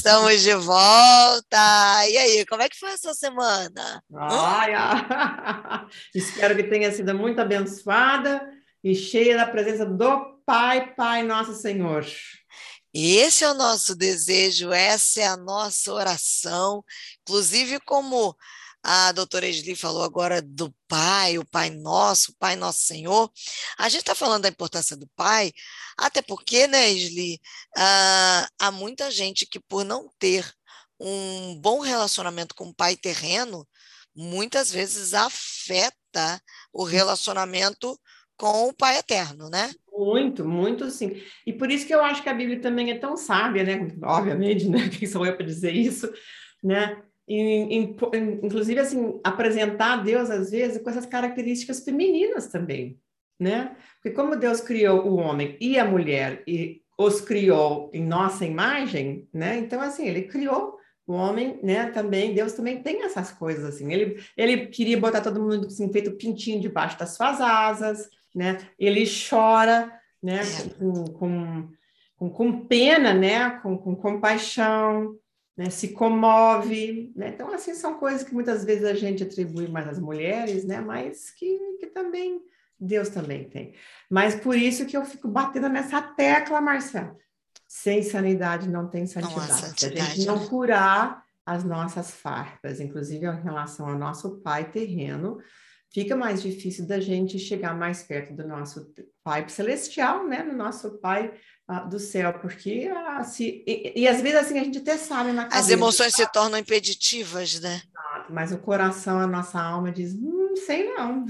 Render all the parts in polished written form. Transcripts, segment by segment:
Estamos de volta! E aí, como é que foi a sua semana? Ai, espero que tenha sido muito abençoada e cheia da presença do Pai Nosso Senhor. Esse é o nosso desejo, essa é a nossa oração. Inclusive, como a doutora Esli falou agora do Pai, o Pai Nosso Senhor, a gente está falando da importância do Pai, até porque, né, Esli, há muita gente que, por não ter um bom relacionamento com o Pai terreno, muitas vezes afeta o relacionamento com o Pai eterno, né? Muito, muito sim. E por isso que eu acho que a Bíblia também é tão sábia, né? Obviamente, né? Quem sou eu para dizer isso, né? Inclusive, assim, apresentar a Deus, às vezes, com essas características femininas também, né? Porque como Deus criou o homem e a mulher e os criou em nossa imagem, né? Então, assim, ele criou o homem, né? Também, Deus também tem essas coisas, assim. Ele queria botar todo mundo, assim, feito pintinho debaixo das suas asas, né? Ele chora, né? É. Com pena, né? Com compaixão, né? Se comove, né? Então, assim, são coisas que muitas vezes a gente atribui mais às mulheres, né? Mas que também Deus também tem. Mas por isso que eu fico batendo nessa tecla, Marcelo. Sem sanidade não tem Não há santidade. Se a gente santidade, não né? curar as nossas farpas, inclusive em relação ao nosso pai terreno, fica mais difícil da gente chegar mais perto do nosso pai celestial, né? No nosso pai do céu, porque às vezes assim a gente até sabe na As cabeça, emoções se tornam impeditivas, né? mas o coração, a nossa alma diz, sei não,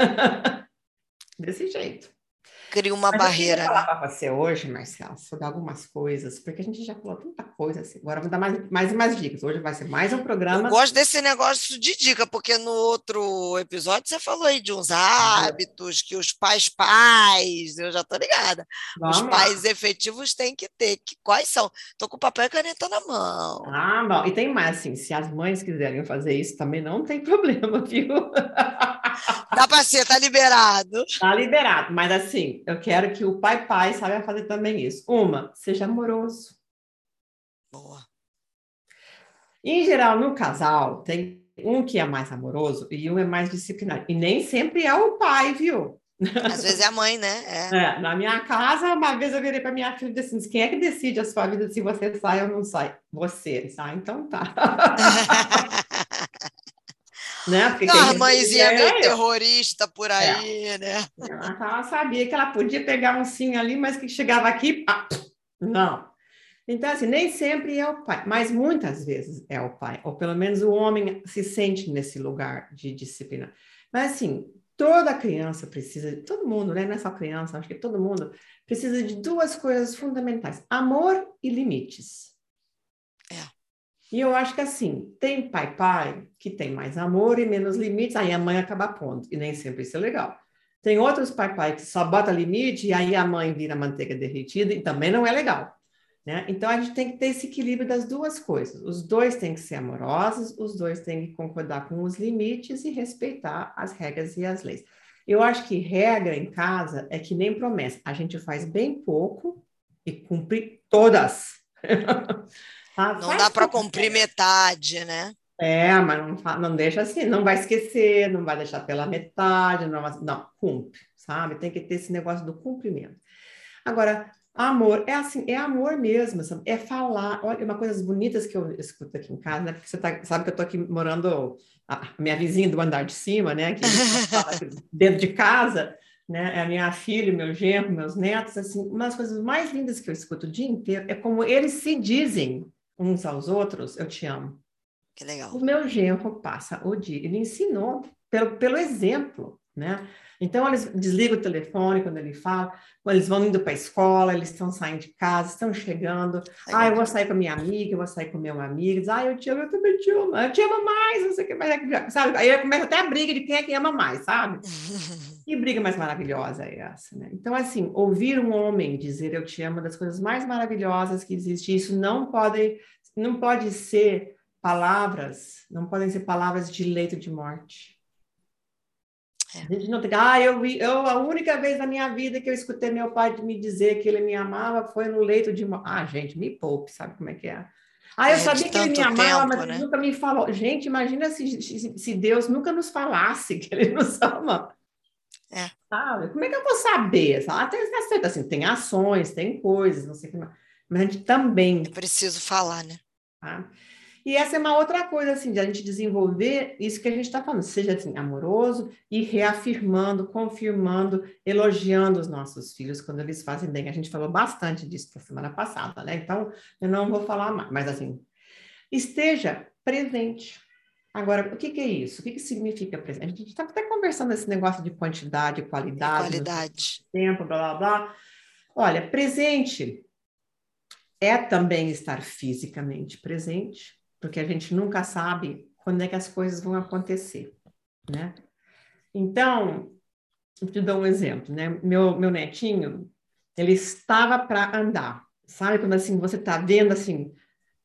desse jeito. Cria uma Mas eu queria barreira, falar né? para você hoje, Marcelo, sobre algumas coisas, porque a gente já falou tanta coisa assim. Agora eu vou dar mais umas dicas. Hoje vai ser mais um Eu programa. gosto desse negócio de dica, porque no outro episódio você falou aí de uns hábitos que os pais, eu já tô ligada. Os Vamos pais lá. efetivos têm que ter. Quais são? Tô com papel e caneta na mão. Bom. E tem mais, assim, se as mães quiserem fazer isso, também não tem problema, viu? Dá para ser, tá liberado. Tá liberado. Mas, assim, eu quero que o pai saiba fazer também isso. Seja amoroso. Boa. Em geral, no casal, tem um que é mais amoroso e um é mais disciplinado. E nem sempre é o pai, viu? Às vezes é a mãe, né? É. Na minha casa, uma vez eu virei para minha filha e disse assim, quem é que decide a sua vida se você sai ou não sai? Você, sai? Então tá. Né? Porque Não, quem a deveria mãezinha meio é eu. terrorista por É. aí, né? Ela sabia que ela podia pegar um sim ali, mas que chegava aqui, não. Então, assim, nem sempre é o pai, mas muitas vezes é o pai, ou pelo menos o homem se sente nesse lugar de disciplina. Mas, assim, toda criança precisa, todo mundo, né? Não é só criança, acho que todo mundo precisa de duas coisas fundamentais: amor e limites. É. E eu acho que, assim, tem pai que tem mais amor e menos limites, aí a mãe acaba pondo, e nem sempre isso é legal. Tem outros pai que só bota limite e aí a mãe vira manteiga derretida e também não é legal. Né? Então, a gente tem que ter esse equilíbrio das duas coisas. Os dois têm que ser amorosos, os dois têm que concordar com os limites e respeitar as regras e as leis. Eu acho que regra em casa é que nem promessa. A gente faz bem pouco e cumpre todas. Tá? Não dá Faz para pouco. cumprir metade, né? Mas não deixa assim, não vai esquecer, não vai deixar pela metade, não, cumpre, sabe? Tem que ter esse negócio do cumprimento. Agora, amor, é assim, é amor mesmo, sabe? É falar. Olha, uma coisa bonitas que eu escuto aqui em casa, né? Porque sabe que eu tô aqui morando, a minha vizinha do andar de cima, né? Que dentro de casa, né? É a minha filha, meu genro, meus netos, assim, uma das coisas mais lindas que eu escuto o dia inteiro é como eles se dizem uns aos outros, eu te amo. Que legal. O meu genro passa o dia, ele ensinou pelo exemplo, né? Então, eles desligam o telefone quando ele fala, quando eles vão indo para a escola, eles estão saindo de casa, estão chegando. Ah, eu Legal. vou sair com a minha amiga, eu vou sair com o meu amigo. Diz, ah, eu te amo, eu também te amo. Eu te amo mais, não sei o que mais. Sabe? Aí começa até a briga de quem é que ama mais, sabe? Que briga mais maravilhosa é essa, né? Então, assim, ouvir um homem dizer eu te amo é uma das coisas mais maravilhosas que existe. Isso não pode ser palavras, não podem ser palavras de leito de morte. É. A gente não tem, a única vez na minha vida que eu escutei meu pai me dizer que ele me amava foi no leito de morte. Ah, gente, me poupe, sabe como é que é? Ah, eu de sabia que ele me tanto amava, mas tempo, ele né? nunca me falou. Gente, imagina se Deus nunca nos falasse que ele nos ama. É, Sabe? Como é que eu vou saber? Até está certo, assim, tem ações, tem coisas, não sei o que mais. Mas a gente é também, preciso falar, né? tá? E essa é uma outra coisa, assim, de a gente desenvolver isso que a gente está falando, seja assim, amoroso e reafirmando, confirmando, elogiando os nossos filhos quando eles fazem bem. A gente falou bastante disso na semana passada, né? Então, eu não vou falar mais, mas assim, esteja presente. Agora, o que é isso? O que significa presente? A gente está até conversando esse negócio de quantidade, E qualidade, no qualidade. tempo, blá, blá, blá. Olha, presente é também estar fisicamente presente, porque a gente nunca sabe quando é que as coisas vão acontecer, né? Então, eu te dou um exemplo, né? Meu netinho, ele estava para andar. Sabe quando assim você está vendo assim,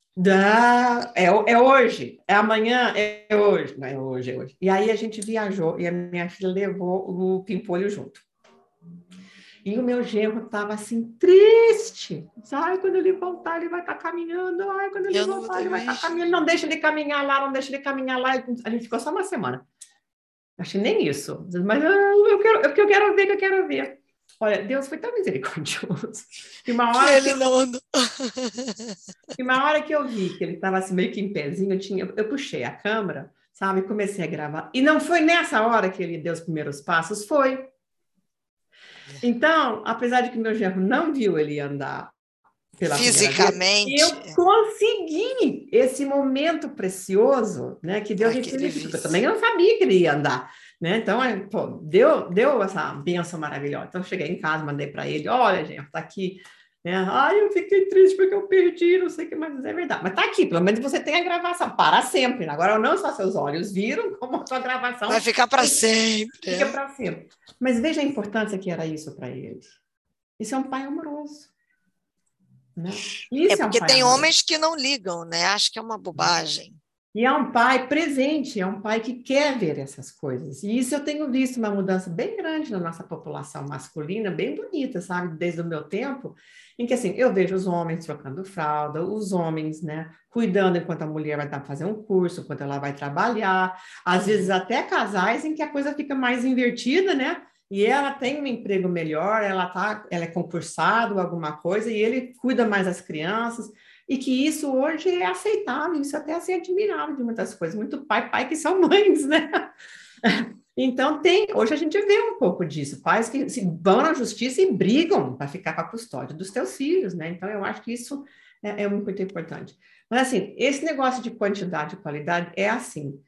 é hoje, é amanhã, é hoje, não é hoje, é hoje. E aí a gente viajou e a minha filha levou o Pimpolho junto. E o meu genro estava assim, triste. Ai, quando ele voltar, ele vai estar caminhando. Ai, quando ele Eu não vou voltar, ter ele vai estar visto. caminhando. Não deixa ele caminhar lá, não deixa ele caminhar lá. A gente ficou só uma semana. Acho que nem isso. Mas eu quero ver, que eu quero ver. Olha, Deus foi tão misericordioso. E uma Que hora que ele não andou. E uma hora que eu vi que ele estava assim, meio que em pezinho, eu puxei a câmera, sabe, e comecei a gravar. E não foi nessa hora que ele deu os primeiros passos, foi. Então, apesar de que meu genro não viu ele andar pela primeira vez, Fisicamente, eu consegui esse momento precioso, né, que Deus para me que ele permitiu, porque eu também visse. não sabia que ele ia andar, né? Então, pô, deu essa bênção maravilhosa. Então, eu cheguei em casa, mandei para ele, olha, gente, tá aqui, né? Ai, eu fiquei triste porque eu perdi, não sei o que mais, mas é verdade. Mas tá aqui, pelo menos você tem a gravação para sempre. Né? Agora, não só seus olhos viram, como a sua Vai gravação ficar para sempre. fica É. para sempre. Mas veja a importância que era isso para ele. Isso é um pai amoroso, né? É Isso é um porque pai tem amoroso. homens que não ligam, né? Acho que é uma bobagem. E é um pai presente, é um pai que quer ver essas coisas. E isso eu tenho visto uma mudança bem grande na nossa população masculina, bem bonita, sabe? Desde o meu tempo, em que assim, eu vejo os homens trocando fralda, os homens, né, cuidando enquanto a mulher vai fazer um curso, enquanto ela vai trabalhar, às vezes Uhum. até casais em que a coisa fica mais invertida, né? E ela tem um emprego melhor, ela é concursada ou alguma coisa, e ele cuida mais das crianças. E que isso hoje é aceitável, isso até assim, é admirável de muitas coisas. Muito pai que são mães, né? Então, hoje a gente vê um pouco disso, pais que vão na justiça e brigam para ficar com a custódia dos teus filhos, né? Então, eu acho que isso é muito importante. Mas, assim, esse negócio de quantidade e qualidade é assim,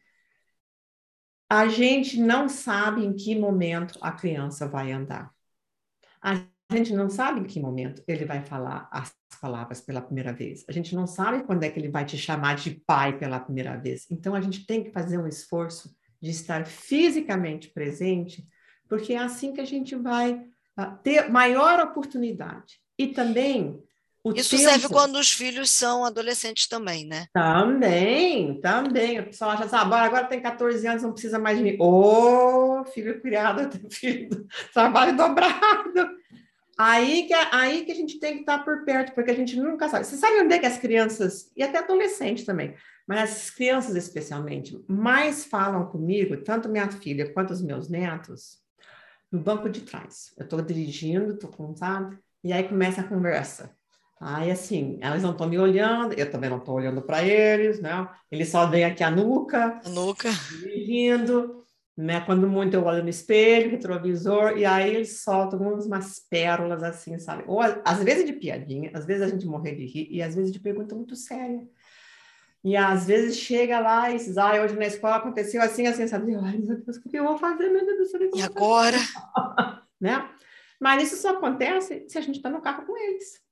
a gente não sabe em que momento a criança vai andar. A gente não sabe em que momento ele vai falar as palavras pela primeira vez. A gente não sabe quando é que ele vai te chamar de pai pela primeira vez. Então, a gente tem que fazer um esforço de estar fisicamente presente, porque é assim que a gente vai ter maior oportunidade. E também o Isso serve tempo. quando os filhos são adolescentes também, né? Também. O pessoal acha assim, agora tem 14 anos, não precisa mais de mim. Ô, filho criado, filho, trabalho dobrado. Aí que a gente tem que estar por perto, porque a gente nunca sabe. Você sabe onde é que as crianças, e até adolescentes também, mas as crianças especialmente, mais falam comigo, tanto minha filha quanto os meus netos, no banco de trás. Eu estou dirigindo, estou com, sabe? E aí começa a conversa. Aí, assim, elas não estão me olhando, eu também não estou olhando para eles, né? Eles só veem aqui a nuca, A nuca. dirigindo, né? Quando muito eu olho no espelho, retrovisor, e aí eles soltam umas pérolas assim, sabe? Ou às vezes de piadinha, às vezes a gente morre de rir, e às vezes de pergunta muito séria. E às vezes chega lá e diz, hoje na escola aconteceu assim, assim, sabe? Ai, meu Deus, o que eu vou fazer? Meu Deus do céu, o que E eu vou fazer? agora? Né? Mas isso só acontece se a gente está no carro com eles.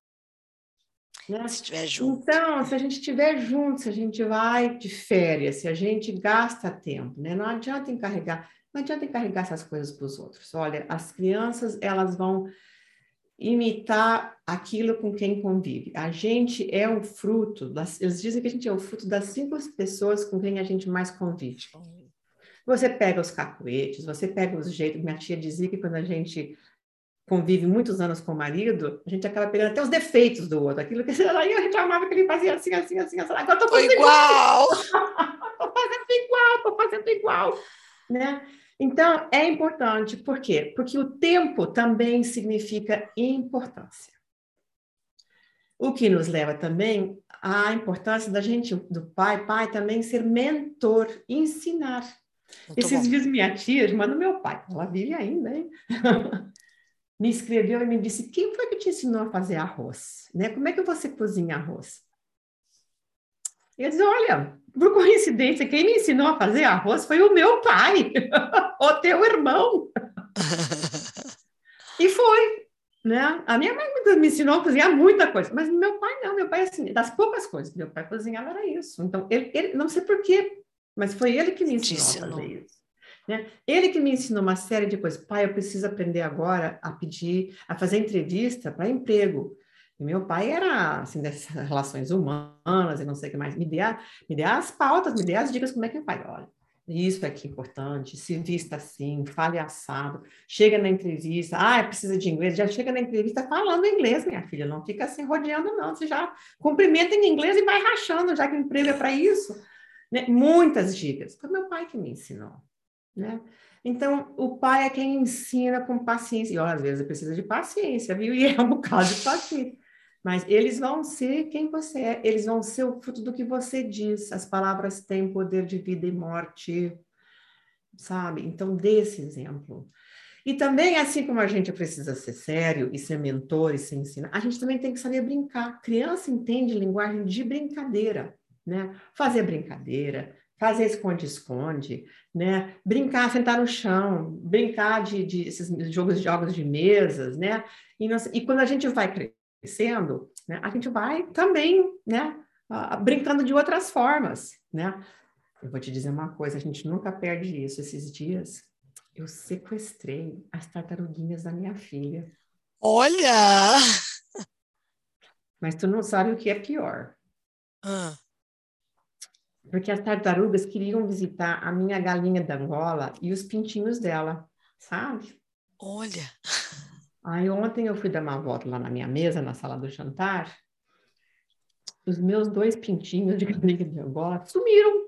Se Né? estiver junto. Então, se a gente estiver junto, se a gente vai de férias, se a gente gasta tempo, né? Não adianta encarregar essas coisas para os outros. Olha, as crianças, elas vão imitar aquilo com quem convive. A gente é o fruto, eles dizem que a gente é o fruto das 5 pessoas com quem a gente mais convive. Você pega os cacuetes, você pega os jeitos. Minha tia dizia que quando a gente convive muitos anos com o marido, a gente acaba pegando até os defeitos do outro. Aquilo que aí eu reclamava que ele fazia assim, assim, assim, assim. Agora estou fazendo igual! Estou fazendo igual, né? Então, é importante. Por quê? Porque o tempo também significa importância. O que nos leva também à importância da gente, do pai também ser mentor, ensinar. Muito Esses bom. dias minha tia, irmã do meu pai, ela vive ainda, hein? Me escreveu e me disse, quem foi que te ensinou a fazer arroz? Né? Como é que você cozinha arroz? Eu disse, olha, por coincidência, quem me ensinou a fazer arroz foi o meu pai, o teu irmão. E foi, né? A minha mãe me ensinou a cozinhar muita coisa, mas meu pai não, meu pai, assim, das poucas coisas que meu pai cozinhava era isso. Então, ele não sei por quê, mas foi ele que me Te ensinou a fazer ensinou. isso. Né? Ele que me ensinou uma série de coisas. Pai, eu preciso aprender agora a fazer entrevista para emprego. E meu pai era, assim, dessas relações humanas e não sei o que mais. Me dê as pautas, me dê as dicas como é que faz. Olha, isso aqui é importante, se vista assim, fale assado. Chega na entrevista, precisa de inglês. Já chega na entrevista falando inglês, minha filha. Não fica assim rodeando, não. Você já cumprimenta em inglês e vai rachando, já que o emprego é para isso. Né? Muitas dicas. Foi meu pai que me ensinou. Né? Então, o pai é quem ensina com paciência. E, ó, às vezes, precisa de paciência, viu? E é um bocado de paciência. Mas eles vão ser quem você é. Eles vão ser o fruto do que você diz. As palavras têm poder de vida e morte, sabe? Então, dê esse exemplo. E também, assim como a gente precisa ser sério e ser mentor e se ensinar, a gente também tem que saber brincar. Criança entende linguagem de brincadeira, né? Fazer brincadeira, fazer esconde-esconde, né? Brincar, sentar no chão, brincar de esses jogos de mesas, né? E quando a gente vai crescendo, né? A gente vai também, né? Brincando de outras formas, né? Eu vou te dizer uma coisa, a gente nunca perde isso. Esses dias eu sequestrei as tartaruguinhas da minha filha. Olha! Mas tu não sabe o que é pior. Ah, Porque as tartarugas queriam visitar a minha galinha da Angola e os pintinhos dela, sabe? olha! Aí ontem eu fui dar uma volta lá na minha mesa, na sala do jantar. Os meus 2 pintinhos de galinha de Angola sumiram.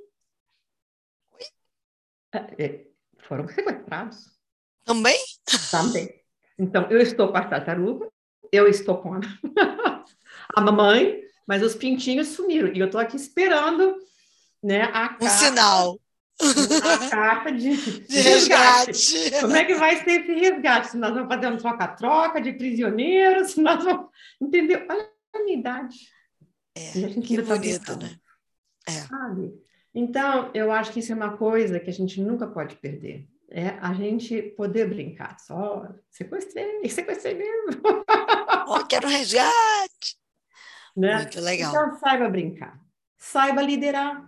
Foram sequestrados Também? também. Então, eu estou com a tartaruga, eu estou com a mamãe, mas os pintinhos sumiram. E eu estou aqui esperando, né, Um sinal a carta de de resgate. resgate. Como é que vai ser esse resgate? Se nós vamos fazer um troca-troca de prisioneiros, se nós vamos... Entendeu? Olha a minha idade. E a gente Que ainda está bonito, brincando, né? É. sabe? Então, eu acho que isso é uma coisa que a gente nunca pode perder. É a gente poder brincar. Só sequestrei mesmo. Oh, quero um resgate. Né? Muito legal. Então, saiba brincar. Saiba liderar.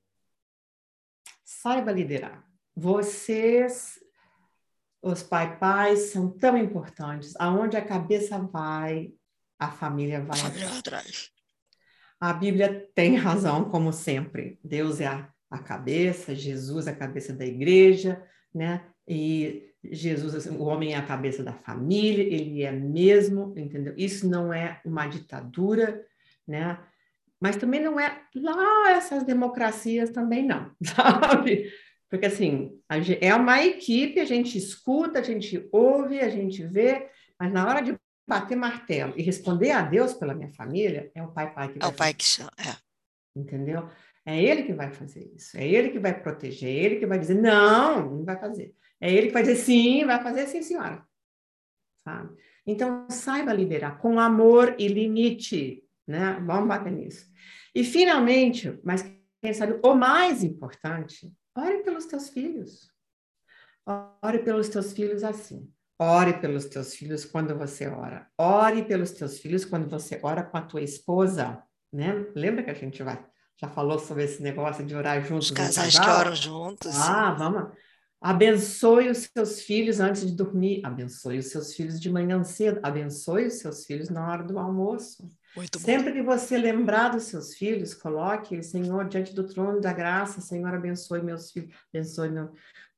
Saiba liderar. Vocês, os pais, são tão importantes. Aonde a cabeça vai, a família A vai família atrás. atrás. A Bíblia tem razão, como sempre. Deus é a cabeça, Jesus é a cabeça da igreja, né? E Jesus, assim, o homem é a cabeça da família, ele é mesmo, entendeu? Isso não é uma ditadura, né? Mas também não é lá essas democracias também não, sabe? Porque assim, é uma equipe, a gente escuta, a gente ouve, a gente vê, mas na hora de bater martelo e responder a Deus pela minha família, é o pai que É vai o pai fazer, que chama. É. entendeu? É ele que vai fazer isso, é ele que vai proteger, é ele que vai dizer não, não vai fazer. É ele que vai dizer sim, vai fazer sim, senhora, sabe? Então, saiba liderar com amor e limite, né? Vamos bater nisso. E, finalmente, mas quem sabe o mais importante, ore pelos teus filhos. Ore pelos teus filhos assim. Ore pelos teus filhos quando você ora. Ore pelos teus filhos quando você ora com a tua esposa, né? Lembra que a gente já falou sobre esse negócio de orar Os juntos em casais que oram casal? juntos, sim. Vamos. Abençoe os seus filhos antes de dormir. Abençoe os seus filhos de manhã cedo. Abençoe os seus filhos na hora do almoço. Muito bom. Sempre que você lembrar dos seus filhos, coloque o Senhor diante do trono da graça. Senhor, abençoe meus filhos. Abençoe meu...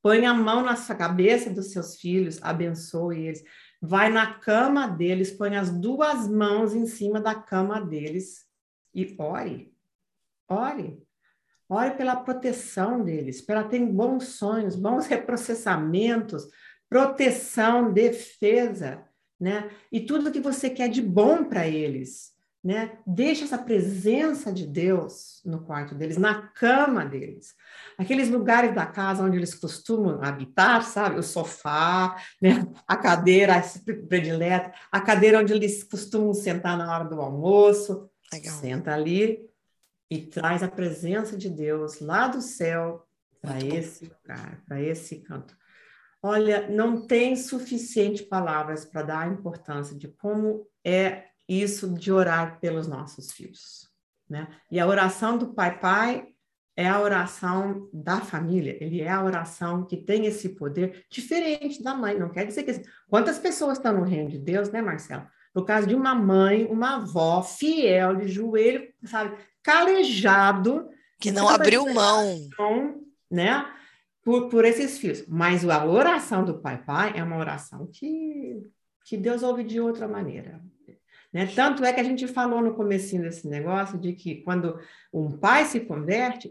Põe a mão na sua cabeça dos seus filhos, abençoe eles. Vai na cama deles, põe as duas mãos em cima da cama deles e ore. Ore. Ore pela proteção deles, para terem bons sonhos, bons reprocessamentos, proteção, defesa, né? E tudo que você quer de bom para eles, né? Deixa essa presença de Deus no quarto deles, na cama deles. Aqueles lugares da casa onde eles costumam habitar, sabe? O sofá, né? A cadeira predileta, a cadeira onde eles costumam sentar na hora do almoço. Legal. Senta ali e traz a presença de Deus lá do céu para esse lugar, para esse canto. Olha, não tem suficiente palavras para dar a importância de como é isso de orar pelos nossos filhos, né? E a oração do pai é a oração da família, ele é a oração que tem esse poder diferente da mãe, não quer dizer que... Quantas pessoas estão no reino de Deus, né, Marcela? No caso de uma mãe, uma avó fiel, de joelho, sabe, calejado, que não abriu mão, né, por esses filhos. Mas a oração do pai é uma oração que Deus ouve de outra maneira. Né? Tanto é que a gente falou no comecinho desse negócio de que quando um pai se converte,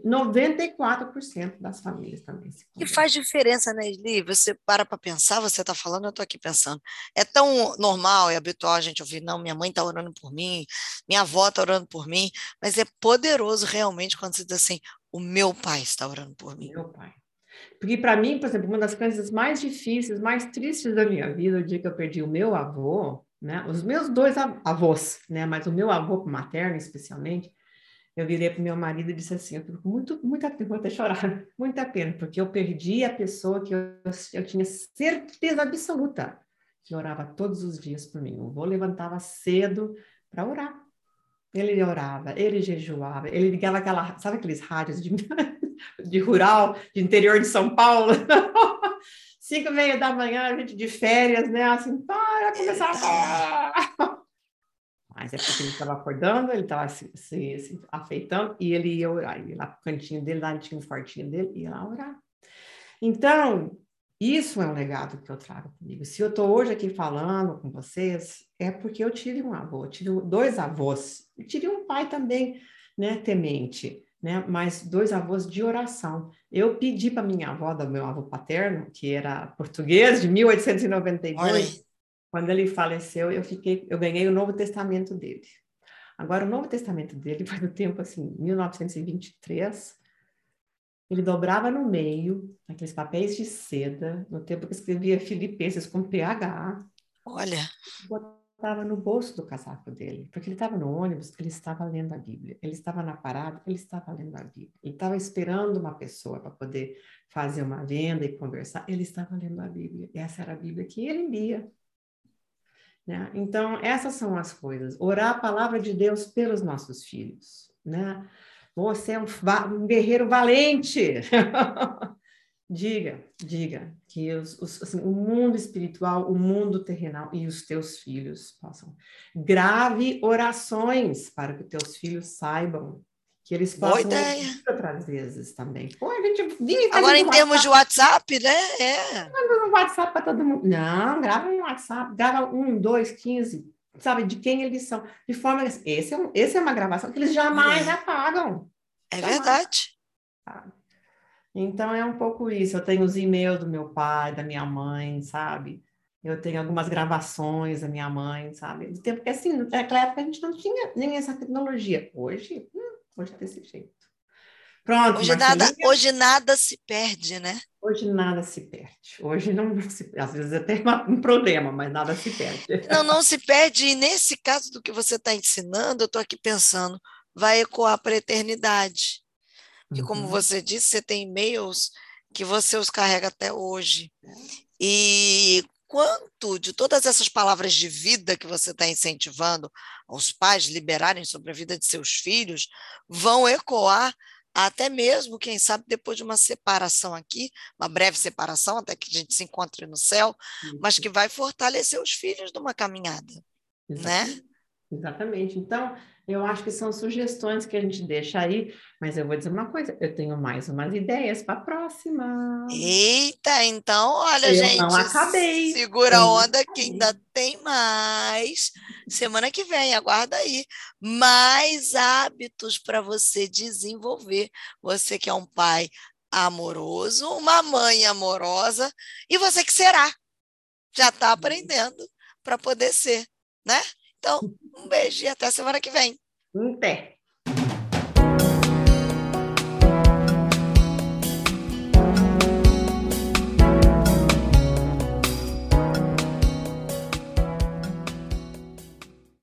94% das famílias também se convertem. E faz diferença, né, Esli? Você para pensar, você está falando, eu estou aqui pensando. É tão normal e habitual a gente ouvir, não, minha mãe está orando por mim, minha avó está orando por mim, mas é poderoso realmente quando você diz assim, o meu pai está orando por mim. Meu pai. Porque para mim, por exemplo, uma das coisas mais difíceis, mais tristes da minha vida, o dia que eu perdi o meu avô, né? Os meus dois avós, né? Mas o meu avô materno, especialmente, eu virei para o meu marido e disse assim, eu fico muita pena, vou até chorar, muita pena, porque eu perdi a pessoa que eu tinha certeza absoluta que orava todos os dias por mim. O avô levantava cedo para orar. Ele orava, ele jejuava, ele ligava sabe aqueles rádios de rural, de interior de São Paulo? 5:30 da manhã, a gente de férias, né? Assim, vai começar a... Mas é porque ele estava acordando, ele estava se afeitando e ele ia orar. Ele ia lá pro cantinho dele, lá tinha um quartinho dele, ia lá orar. Então, isso é um legado que eu trago comigo. Se eu estou hoje aqui falando com vocês, é porque eu tive um avô, eu tive 2 avós, e tive um pai também, né, temente, né, mas 2 avós de oração. Eu pedi para minha avó, do meu avô paterno, que era português, de 1892, quando ele faleceu, eu ganhei o Novo Testamento dele. Agora, o Novo Testamento dele foi do tempo, assim, 1923, ele dobrava no meio, aqueles papéis de seda, no tempo que escrevia Filipenses com PH. Olha. Botava no bolso do casaco dele, porque ele estava no ônibus, ele estava lendo a Bíblia. Ele estava na parada, ele estava lendo a Bíblia. Ele estava esperando uma pessoa para poder fazer uma venda e conversar, ele estava lendo a Bíblia. Essa era a Bíblia que ele lia. Né? Então, essas são as coisas. Orar a palavra de Deus pelos nossos filhos, né? Você é um guerreiro valente. Diga que assim, o mundo espiritual, o mundo terrenal e os teus filhos possam. Grave orações para que teus filhos saibam, que eles possam ouvir outras vezes também. Pô, a gente vive agora, em termos de WhatsApp, né? Manda no WhatsApp para todo mundo. Não, grava no WhatsApp, grava 1, 2, 15, sabe, de quem eles são. De forma que esse é uma gravação que eles jamais apagam. É verdade. Então, é um pouco isso. Eu tenho os e-mails do meu pai, da minha mãe, sabe? Eu tenho algumas gravações da minha mãe, sabe? Do tempo que, assim, naquela época a gente não tinha nem essa tecnologia. Hoje é desse jeito. Pronto, hoje nada se perde, né? Hoje nada se perde. Hoje não se... Às vezes é até um problema, mas nada se perde. Não se perde. E nesse caso do que você está ensinando, eu estou aqui pensando, vai ecoar para a eternidade. E como você disse, você tem e-mails que você os carrega até hoje. E quanto de todas essas palavras de vida que você está incentivando aos pais liberarem sobre a vida de seus filhos, vão ecoar até mesmo, quem sabe, depois de uma separação aqui, uma breve separação, até que a gente se encontre no céu, mas que vai fortalecer os filhos numa caminhada, Exatamente. né? Exatamente. Então, Eu acho que são sugestões que a gente deixa aí, mas eu vou dizer uma coisa, eu tenho mais umas ideias para a próxima. Eita, então, olha, Eu não gente, acabei, segura eu a não onda que acabei. ainda tem mais. Semana que vem, aguarda aí. Mais hábitos para você desenvolver. Você que é um pai amoroso, uma mãe amorosa, e você que será, já está aprendendo para poder ser, né? Então, um beijo e até semana que vem. Até.